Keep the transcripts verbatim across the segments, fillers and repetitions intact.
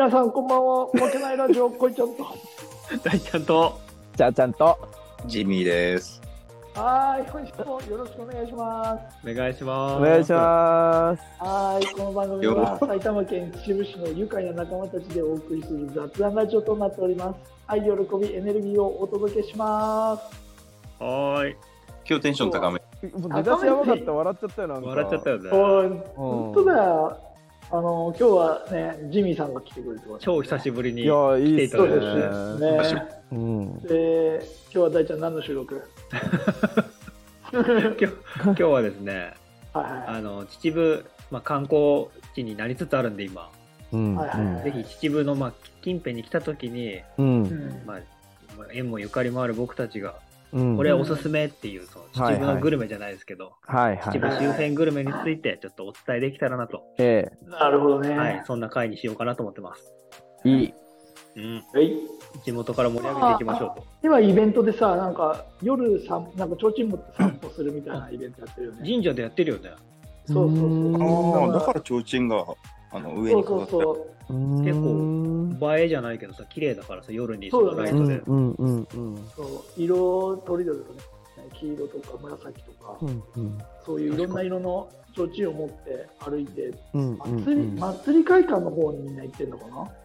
皆さんこんばんは。負けないラジオこいちゃんと大ちゃんとじゃあちゃんとジミーです。 はーい、本日もよろしくお願いします。 お願いします。 お願いします。 はーい、この番組は埼玉県秩父市の愉快な仲間たちでお送りする雑談ラジオとなっております。愛、喜び、エネルギーをお届けします。 はーい。 今日テンション高め。 もう出だしやばかった。笑っちゃったよ。なんか笑っちゃったよね。 本当だよ。あの今日はね、ジミーさんが来てくれてます、ね。 超久しぶりにいやいい来ていただいてそうですね。うん、で今日は大ちゃん何の収録？ 今日今日はですね、 はいはい、 あの秩父、まあ、観光地になりつつあるんで今、 うんはいはいはい、 ぜひ秩父の、まあ、近辺に来た時に、 うんまあ、縁もゆかりもある僕たちが、 うん、 これはおすすめっていう、その秩父のグルメじゃないですけど、 はいはい、 秩父周辺グルメについてちょっとお伝えできたらなと、 ええなるほどね、 はい、そんな回にしようかなと思ってます。 いい、 うん、 はい、 地元から盛り上げていきましょうと。 今イベントでさ、なんか夜さなんか提灯持って散歩するみたいなイベントやってるよね。 神社でやってるよね。 そうそうそう。 ああ、だから提灯があの上にかかってる。 結構映えじゃないけどさ、綺麗だからさ、夜にそのライトで。 そう色とりどりとね、黄色とか紫とか、うんうん、そういういろんな色の提灯を持って歩いて、うんうんうん、祭り祭り会館の方にみんな行ってんのかな。へ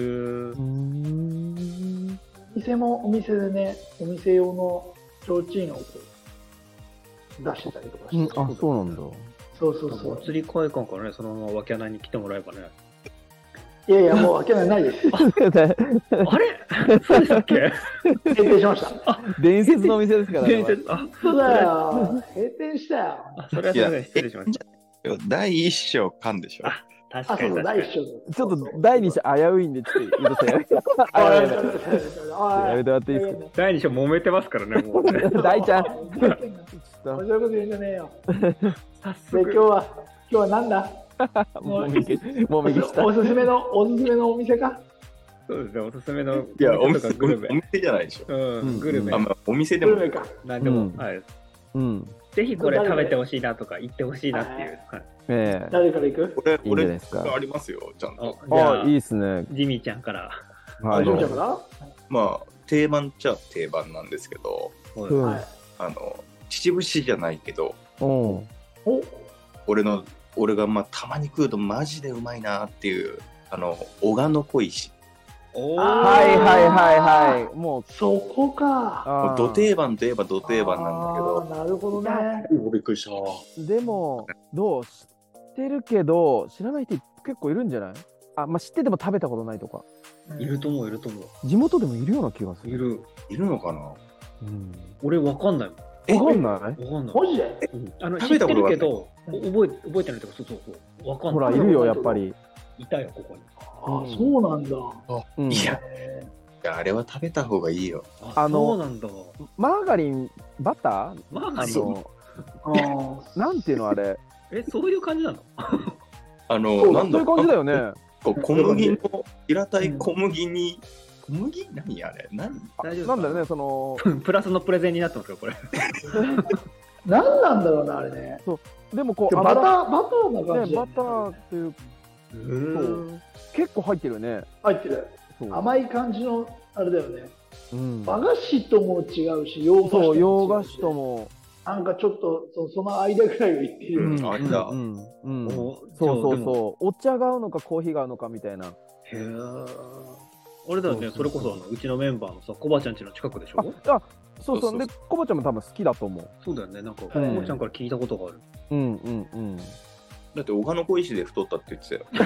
ー。お店もお店でね、お店用の提灯を出してたりとかして、 うん、あ、そうなんだ。 そうそうそう。 祭り会館からね、そのまま脇穴に来てもらえばね。 いやいや、もうわけないないです。 あれそうでしたっけ？ 閉店しました。 伝説のお店ですからね。 伝説。あ、 そうだよ。閉店したよ。 あ、それはすみません、失礼しました。 第一章間でしょ。 あ、確かに。 第一章。 ちょっと第二章危ういんで、ちょっと言うとやめて。やめてもらっていいですか？ 第二章揉めてますからね、もうね。 大ちゃん。 そういうこと言うんじゃねえよ。 早速。 今日は、今日はなんだ？ もうもみした。 おすすめのおすすめのお店か。 そうですね、おすすめのいやお店グルメ。お店じゃないでしょ。 うん、グルメ。 あ、まあ、お店でもグルメか。 なんでも、はい。うん。ぜひこれ食べてほしいなとか行ってほしいなっていう。 ええ。 誰から行く？ これいいんじゃないですか。 ありますよ、ちゃんと。 あ、いいですね。 ジミーちゃんから。 はい。ジミーちゃんから。 まあ定番っちゃ定番なんですけど、はい。あの秩父市じゃないけど、お。俺の俺がまあたまに食うとマジでうまいなっていうあの小鹿の小石。 おはいはいはいはい。もうそこか。 ど定番といえばど定番なんだけど。 なるほどね。 びっくりした。 でもどう知ってるけど知らない人結構いるんじゃない？あ、まあ知ってても食べたことないとか。 いると思ういると思う。 地元でもいるような気がする。 いるいるのかな。 うん。俺わかんないもん。 わかんない？ わかんない。 マジで？ あの知ってるけど覚え覚えてないとかそうそうそうわかんない。 ほらいるよやっぱり。 いたよここに。 あ、そうなんだ。 いや、あれは食べた方がいいよ。 あのそうなんだ。 マーガリンバター？ マーガリン。 あなんていうのあれ？ え、そういう感じなの？ あのなんだそういう感じだよね。 小麦の平たい小麦に小麦何あれ？何？ なんだろうねそのプラスのプレゼンになってますよこれ。 何なんだろうなあれね。 そうでもこうバターバターな感じ。 バターっていう。そう結構入ってるよね。 入ってる。甘い感じのあれだよね。うん、和菓子とも違うし洋菓子とも違うし、 洋菓子ともなんかちょっと そ, その間ぐらいを言ってる。 うん、あれだ。 うんうん、そうそうそう。お茶が合うのかコーヒーが合うのかみたいな。へえ。あれだよね。それこそあのうちのメンバーのさコバちゃん家の近くでしょ。 あ、そうそう。でコバちゃんも多分好きだと思う。 そうだよね。なんかコバちゃんから聞いたことがある。 うんうんうん。 だって小鹿の小石で太ったって言ってたよ。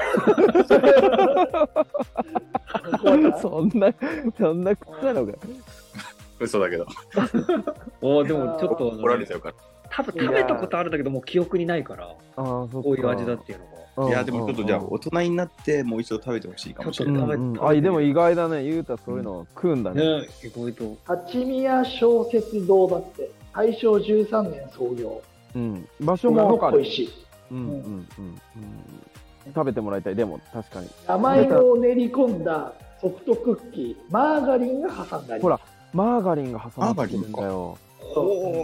そんなそんな食ったのか。 嘘だけど。 おでもちょっと怒られちゃうから。 多分食べたことあるんだけどもう記憶にないから。ああそうこういう味だっていうのが。いやでもちょっとじゃあ大人になってもう一度食べてほしいかもしれない。 あでも意外だね。ゆうたそういうの食うんだね。 ね意外と。 八宮小説堂だって大正じゅうさんねん創業。 うん。場所もわかる。 うんうんうんうん、 食べてもらいたい。でも確かに甘いのを練り込んだソフトクッキーマーガリンが挟んであります。 ほらマーガリンが挟まってるんだよ。 そう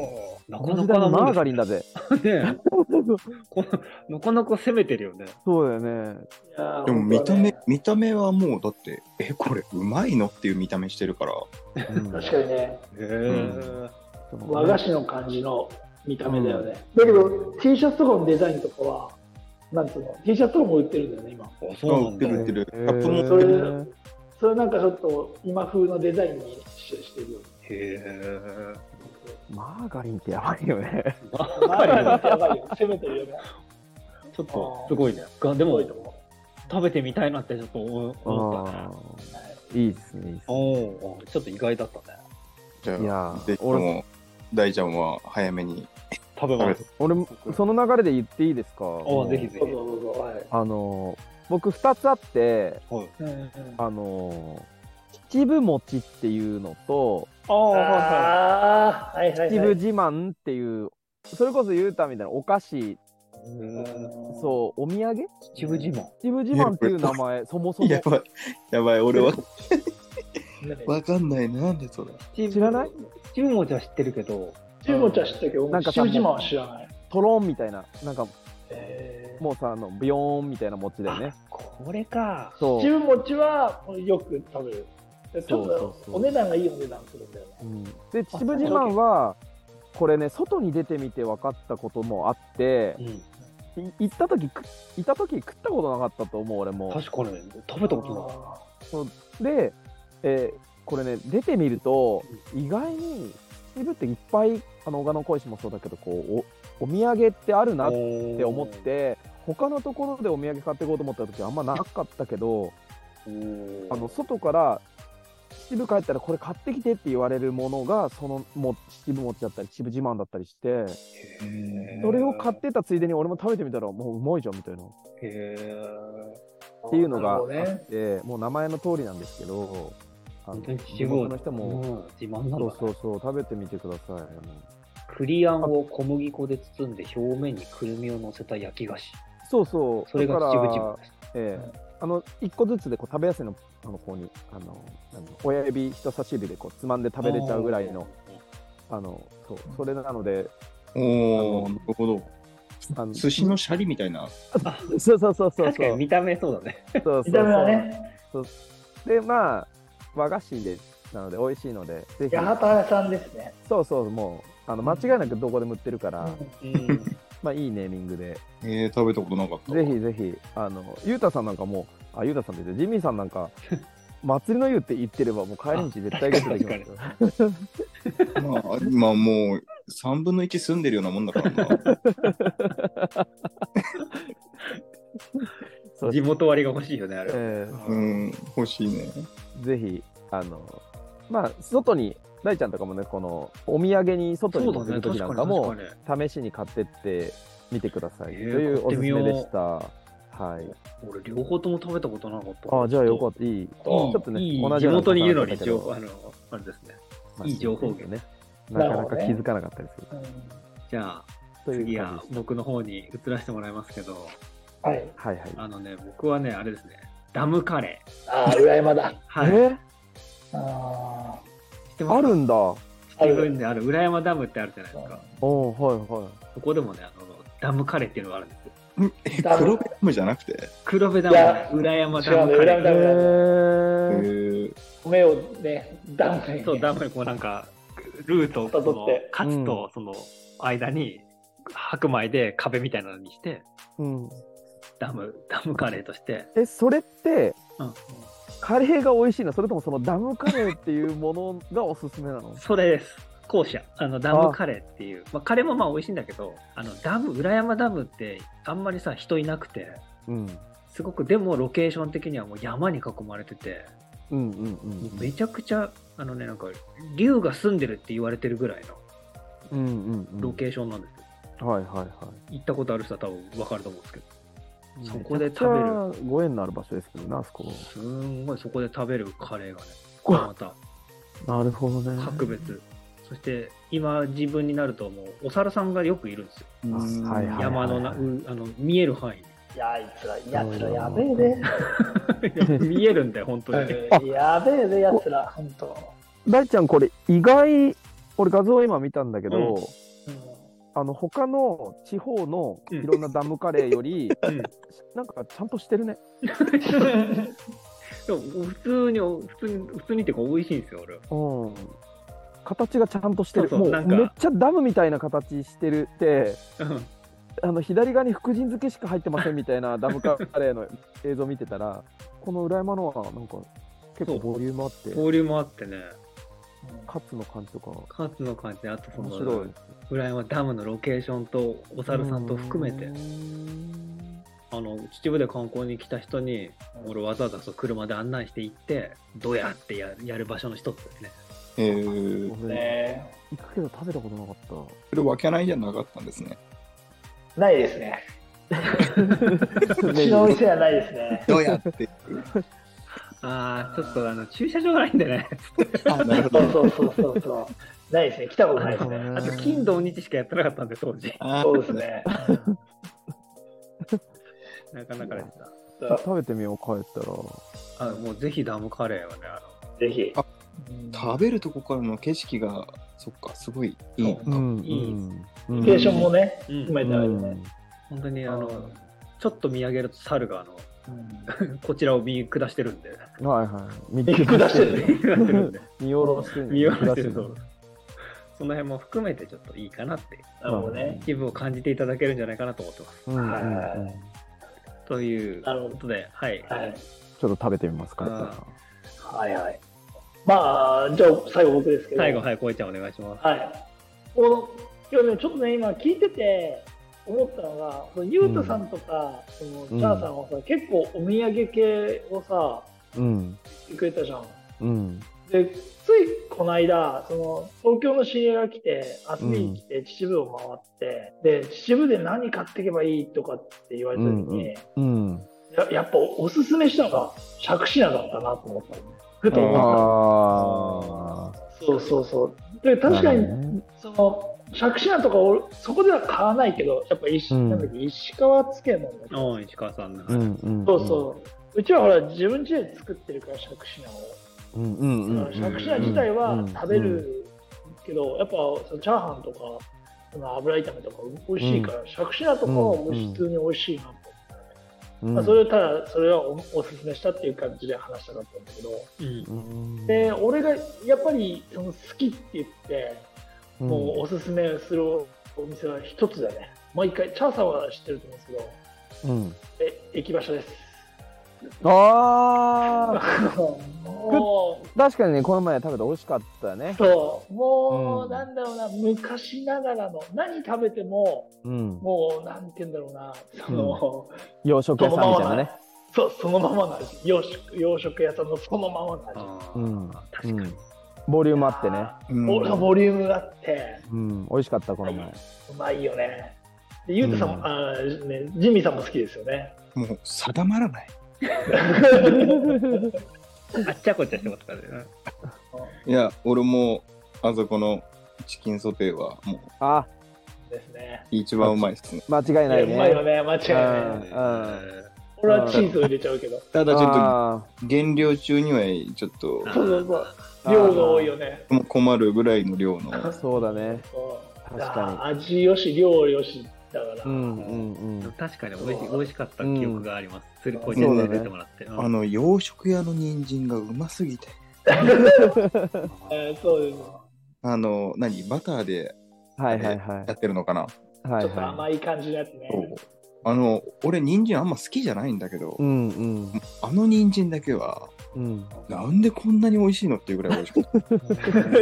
なかなかのマーガリンだぜ。 ねなかなか攻めてるよね。 そうだよね。 でも見た目、ね、見た目はもうだって、え、これうまいのっていう見た目してるから。 うん、確かにね。 へうん、和菓子の感じの見た目だよね。うん、だけど T シャツとかのデザインとかは、なんつうの T シャツとかも売ってるんだよね今。 そう売ってる売ってる。 カップもそれそれなんかちょっと今風のデザインにしてるよ。 へえ。 マーガリンってやばいよね。 マーガリンってやばいよ。攻めてるよね。 ちょっとすごいね。でも食べてみたいなってちょっと思ったね。いいですね。いいっすね。 おお、ちょっと意外だったね。 じゃあ、いやでも大ちゃんは早めに食べます。 俺もその流れで言っていいですか。 あ、ぜひぜひ。 あの僕ふたつあって、はい、あの秩父餅っていうのと、 ああ、はいはいはい、 秩父自慢っていうそれこそゆうたみたいなお菓子、そうお土産秩父自慢秩父自慢っていう名前そもそもやばいやばい俺はわかんないなんでそれ知らない？ 秩父餅は知ってるけど秩父餅は知ってるけど秩父自慢は知らない。 トロンみたいななんか、えー、もうさあのビヨーンみたいな餅だよね。 これか。 秩父餅はよく食べる。ちょっとお値段がいいお値段するんだよね。うん、 で秩父自慢はこれね外に出てみて分かったこともあって、うん、行った時行った時食ったことなかったと思う俺も。 確かに食べたことない。で、えー、これね出てみると意外に秩父っていっぱいあの小鹿野小石もそうだけどこう お, お土産ってあるなって思って他のところでお土産買っていこうと思った時はあんまなかったけどあの外から秩父帰ったらこれ買ってきてって言われるものがそのも秩父餅だったり秩父自慢だったりしてそれを買ってたついでに俺も食べてみたらもううまいじゃんみたいなっていうのがあってもう名前の通りなんですけどあの地元の人も自慢なんだ、ね、 そうそうそう食べてみてください。 栗あんを小麦粉で包んで表面にくるみを乗せた焼き菓子。 そうそうそれが秩父自慢です。 ええあのいっこずつでこう食べやすいのあの方にあの親指人差し指でこうつまんで食べれちゃうぐらいのあのそうそれなのでおおなるほどあの寿司のシャリみたいなそうそうそうそう確かに見た目そうだねそうそうそう見た目はねそうでまあ和菓子でなので美味しいのでぜひ八幡屋さんですね。 そうそうもうあの間違いなくどこでも売ってるから、うん、まあいいネーミングで。 えー、食べたことなかった。 ぜひぜひあのゆうたさんなんかもあゆうたさんってジミーさんなんか祭りの湯って言ってればもう帰り道絶対ゲットできますよ。 まあまあもうさんぶんのいち住んでるようなもんだからな。地元割が欲しいよねあれ。 えー、 うん欲しいね。 ぜひあのまあ外に大ちゃんとかもねこのお土産に外に行く時なんかも試しに買ってってみてください、えー、というおすすめでした。はい。 俺両方とも食べたことなかった。 あじゃあよかったいい。ちょっとねいい同じ地元にいるのに情報あのあれですね。いい情報源ね。 なかなか気づかなかったりする。 ね、じゃあ次は僕の方に移らせてもらいますけど。 はいはいはい。 あのね僕はねあれですねダムカレー。ああ裏山だ。 はい。えー、 ああるんだ。 秩父にある裏山ダムってあるじゃないですか。 おはいはい。 そこでもねあのダムカレーっていうのがあるんですよ。 え黒部ダムじゃなくて黒部ダム裏山ダムカレー。 へえ。米をねダムにそうダムにこうなんかルートそのカツとその間に白米で壁みたいなのにして、うん、ダムダムカレーとして。 えそれって、うん、カレーが美味しいのそれともそのダムカレーっていうものがおすすめなの？ それです。後者あのダムカレーっていうまあ、カレーもまあ美味しいんだけどあのダム裏山ダムってあんまりさ人いなくて、うん、すごくでもロケーション的にはもう山に囲まれてて、うんうんうん、めちゃくちゃあのねなんか竜が住んでるって言われてるぐらいのロケーションなんですよ、 うんうんうん、はいはいはい行ったことある人は多分分かると思うんですけどそこで食べるご縁のある場所ですけどなあそこすんごいそこで食べるカレーがねこれまたなるほどね格別そして今自分になるともうお猿さんがよくいるんですよ、はいはい、山のなあの見える範囲にいやあいつらやつらやべえで見えるんだよ本当にやべえでやつら本当大ちゃんこれ意外俺画像今見たんだけど、うん、 あの他の地方のいろんなダムカレーより、うん、なんかちゃんとしてるね。 でも普通に普通に普通にっていうか美味しいんですよ俺。 うん。形がちゃんとしてる。そうそう、もうめっちゃダムみたいな形してるって、うん、あの左側に福神漬けしか入ってませんみたいなダムカレーの映像見てたら、この裏山のはなんか結構ボリュームあって、 ボリュームあってね。 カツの感じとか。 カツの感じ、あとその面白い裏山ダムのロケーションとお猿さんと含めて。あの秩父で観光に来た人に俺わざわざそう車で案内して行ってどうやってや、やる場所の一つですね。 へえー。 ね、行くけど食べたことなかった。それ分けないじゃなかったんですね。 ないですね。うちのお店はないですね。 どうやってああ、ちょっとあの駐車場がないんでね。 あ、なるほど。そうそうそうそう。ないですね。来たことないですね。 あと金土日しかやってなかったんで当時。 そうですね。 なかなかでした。食べてみよう帰ったら。 あ、もうぜひダムカレーはね。あのぜひ。あ、 食べるとこからの景色がそっかすごいいいのか。うん、 いい。ロケーションもね、うまいだね。 本当にあのちょっと見上げると猿があの。うん、こちらを見下してるんで。 はいはい。 見下してる。 見下ろしてる。 見下ろしてる。その辺も含めてちょっといいかなって。 なるほどね。 気分を感じていただけるんじゃないかなと思ってます。はい。ということで、はい。 ちょっと食べてみますか。 はいはい。まあじゃあ最後僕ですけど。 最後はいこいちゃんお願いします。 はい。この今日ねちょっとね今聞いてて。思ったのが、ゆうたさんとか、うん、そのチャーさんはさ、うん、結構お土産系をさ、うん、言ってくれたじゃん。うん、で、ついこの間、その東京の知り合いが来て、遊びに来て、秩父を回って、うん、で、秩父で何買っていけばいいとかって言われた時に、うんうん、や, やっぱおすすめしたのが、杓子菜だったなと思ったのね。ふと思った。そうそうそう。で、確かに、ね、その、杓子菜とかをそこでは買わないけどやっぱ 石,、うん、なんだっけ石川漬物だけど石川さんの、 うんうん、そうそううちはほら自分家で作ってるから杓子菜を杓子菜自体は食べるけどやっぱそのチャーハンとかその油炒めとか美味しいから杓子菜とかは普通に美味しいなと思って、うんまあ、それをただそれは お, おすすめしたっていう感じで話したかったんだけど、うん、で俺がやっぱりその好きって言ってもうおすすめするお店は一つだね。毎回チャーさんは知ってると思うんですけど、うん、え駅馬車です。 ああ確かにねこの前食べて美味しかったね。 そうもう、うん、なんだろうな昔ながらの何食べても、うん、もうなんて言うんだろうなその、 うん、洋食屋さんみたいなね。 そうそのままの味洋食洋食屋さんのそのままの味。うん、 確かに。うんボリュームあってね、 うん、ボリュームがあって、 うん、美味しかったこの前。 うまいよね。でゆうたさんも、うん、あねジミーさんも好きですよね。 もう定まらない。 あっちゃこっちゃしてますからね。 いや俺もあそこのチキンソテーはもうあですね。 一番うまいですね。 間違いないね。 うまいよね間違いないね。俺はチーズを入れちゃうけど。 ただちょっと原料中にはちょっと。 そうそうそう。量が多いよね。 困るぐらいの量の。 そうだね。確かに。味よし量よしだから。 うんうんうん。確かに美味し美味しかった記憶があります。それこう入れてもらって。 あの洋食屋の人参がうますぎて。 そうです。 あの何バターでやってるのかな。 ちょっと甘い感じのやつね。 あの俺人参あんま好きじゃないんだけど、うんうん、あの人参だけは、うん、なんでこんなに美味しいのっていうぐらい美味しかった。いや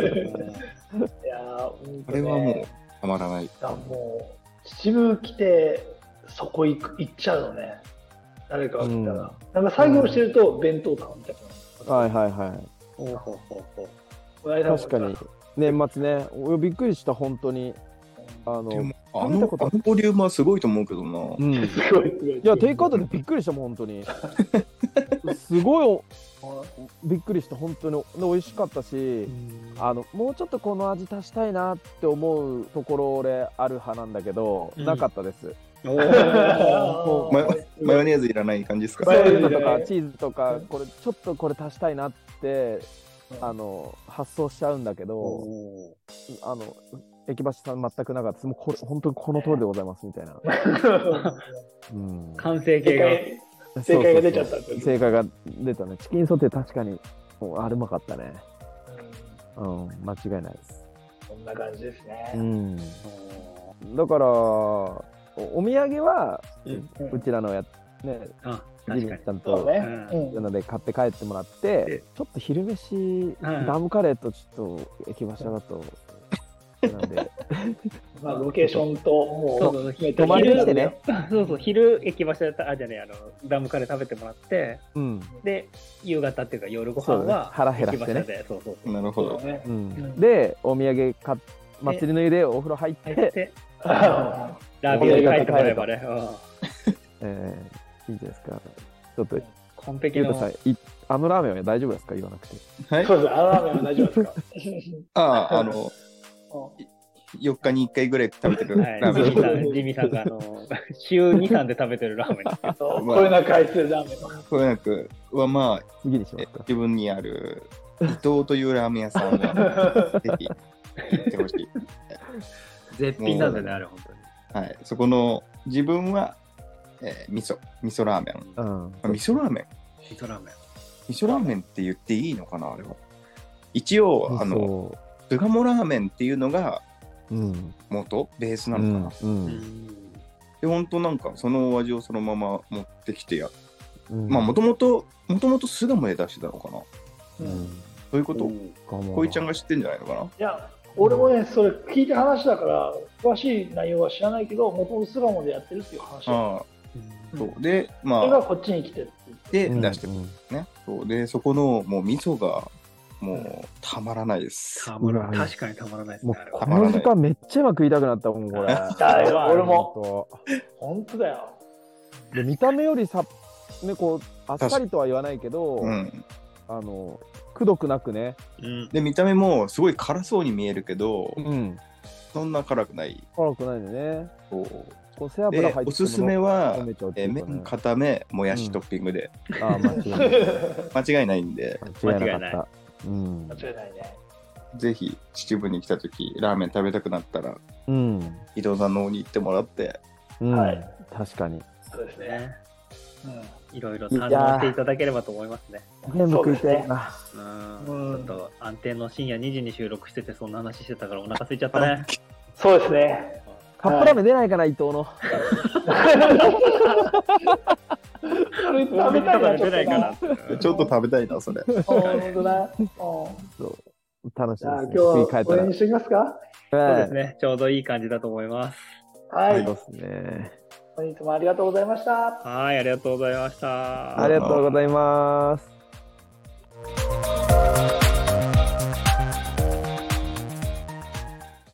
ー、 あれはもうたまらない。 もう秩父来てそこ行く行っちゃうのね。誰かが来たら、うん、なんか作業してると弁当頼みたくなる。 はいはいはい。おうほうほうほう。確かに年末ね、俺びっくりした本当に。 あのあの、あのボリュームはすごいと思うけどな。うん、 すごいすごい。いやテイクアウトでびっくりしたもん本当に。すごいびっくりした本当に美味しかったし、あのもうちょっとこの味足したいなって思うところ俺ある派なんだけど、うん、なかったです。 おマ, マヨネーズいらない感じですか。 そういうのとかチーズとかこれちょっとこれ足したいなってあの発想しちゃうんだけど、あの駅橋さん全くなかったです。もうこれ本当にこの通りでございますみたいな。 うん、完成形が正解が出ちゃったんです。 正解が出たね。チキンソテー確かにもうあれうまかったね。うん、うん、間違いないです。 こんな感じですね。 うん。だからお土産は、うん、うちらのやね、ジミーちゃんというので買って帰ってもらって、ちょっと昼飯、ダムカレーとちょっと駅馬車だと。なんでまあロケーションともうそうそう泊まりにしてね。 そうそう昼駅馬車だったあじゃねあのダムカレー食べてもらって、 うん、 で夕方っていうか夜ご飯は腹減らしてね。 そうそうそうなるほど。 うん、でお土産買っ祭りの湯でお風呂入って。 ラーメンに帰ってもらえばね。 えー、いいじゃないですか。ちょっと完璧な。 あのラーメンは大丈夫ですか言わなくて。 はい。そうです。あのラーメンは大丈夫ですか。 あああのよっかにいっかいぐらい食べてるラーメン。ジミーさんがあの週に、さんで食べてるラーメンですけど。 これなく愛するラーメン。 これなくはまあ次にしますか。 自分にある伊藤というラーメン屋さんはぜひ行ってほしい。 絶品なんだねあれ本当に。はい。そこの自分は、えー、味噌味噌ラーメン。うん、味噌ラーメン。 味噌ラーメン。 味噌ラーメンって言っていいのかなあれは。一応あの巣鴨ラーメンっていうのが元、うん、ベースなのかな。うんうん、で本当なんかそのお味をそのまま持ってきてや、うん、まあもともともともと巣鴨で出してたのかな。うん、そういうこと。こいちゃんが知ってんじゃないのかな。いや俺もねそれ聞いた話だから詳しい内容は知らないけどもともと巣鴨でやってるっていう話だ。ああそうでまあそれがこっちに来てるで出してるんですね。うんうん、そうでそこのもう味噌がもうたまらないです。 たまらない。確かにたまらないですね。 この時間めっちゃうまく食いたくなったもんこれ。 俺も。本当だよ。 で見た目よりさねこうあっさりとは言わないけど、うん、あのくどくなくね。 うん、で見た目もすごい辛そうに見えるけど、うん、そんな辛くない。 辛くないのね。そうこう背脂入っておすすめは、えー、麺固めもやしトッピングで、うん、あ間違いない間違いないんで間違いなかった、 うん、間違いないね。 ぜひ秩父に来た時ラーメン食べたくなったら、うん、伊藤さんの方に行ってもらって、 うん、はい確かにそうですね、 うん、いろいろ堪能していただければと思いますね。 全部食いたいな。 うん、ちょっと安定の深夜にじに収録しててそんな話してたからお腹空いちゃったね。 そうですね。 カップラーメン出ないかな、はい、伊藤の。 食べたいな、 出ないかな。 ちょっと食べたいな、それ。 本当だ。 そう楽しみです、ね。 今日はこれにしてきますか。 そうですね。ちょうどいい感じだと思います。 はい。 そうですね。 本日もありがとうございました。 はい、ありがとうございました。 ありがとうございます。